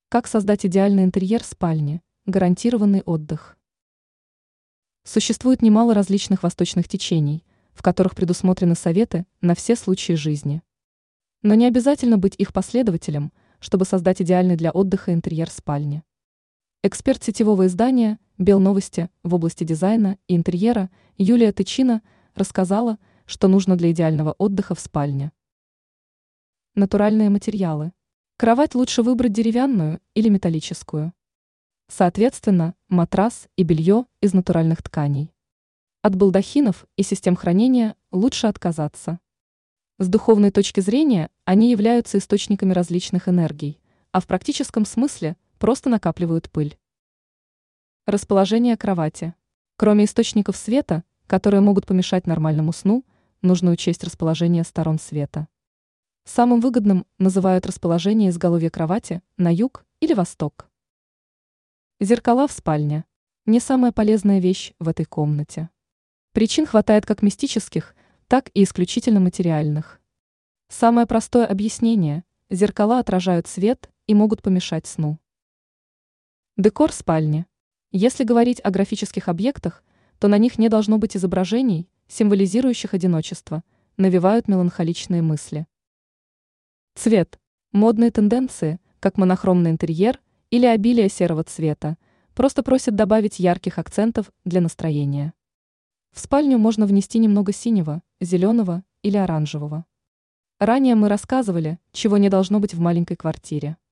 Как создать идеальный интерьер спальни? Гарантированный отдых. Существует немало различных восточных течений, в которых предусмотрены советы на все случаи жизни. Но не обязательно быть их последователем, чтобы создать идеальный для отдыха интерьер спальни. Эксперт сетевого издания «Белновости» в области дизайна и интерьера Юлия Тычина рассказала, что нужно для идеального отдыха в спальне. Натуральные материалы. Кровать лучше выбрать деревянную или металлическую. Соответственно, матрас и белье из натуральных тканей. От балдахинов и систем хранения лучше отказаться. С духовной точки зрения они являются источниками различных энергий, а в практическом смысле просто накапливают пыль. Расположение кровати. Кроме источников света, которые могут помешать нормальному сну, нужно учесть расположение сторон света. Самым выгодным называют расположение изголовья кровати на юг или восток. Зеркала в спальне. Не самая полезная вещь в этой комнате. Причин хватает как мистических, так и исключительно материальных. Самое простое объяснение – зеркала отражают свет и могут помешать сну. Декор спальни. Если говорить о графических объектах, то на них не должно быть изображений, символизирующих одиночество, навевают меланхоличные мысли. Цвет. Модные тенденции, как монохромный интерьер или обилие серого цвета, просто просят добавить ярких акцентов для настроения. В спальню можно внести немного синего, зеленого или оранжевого. Ранее мы рассказывали, чего не должно быть в маленькой квартире.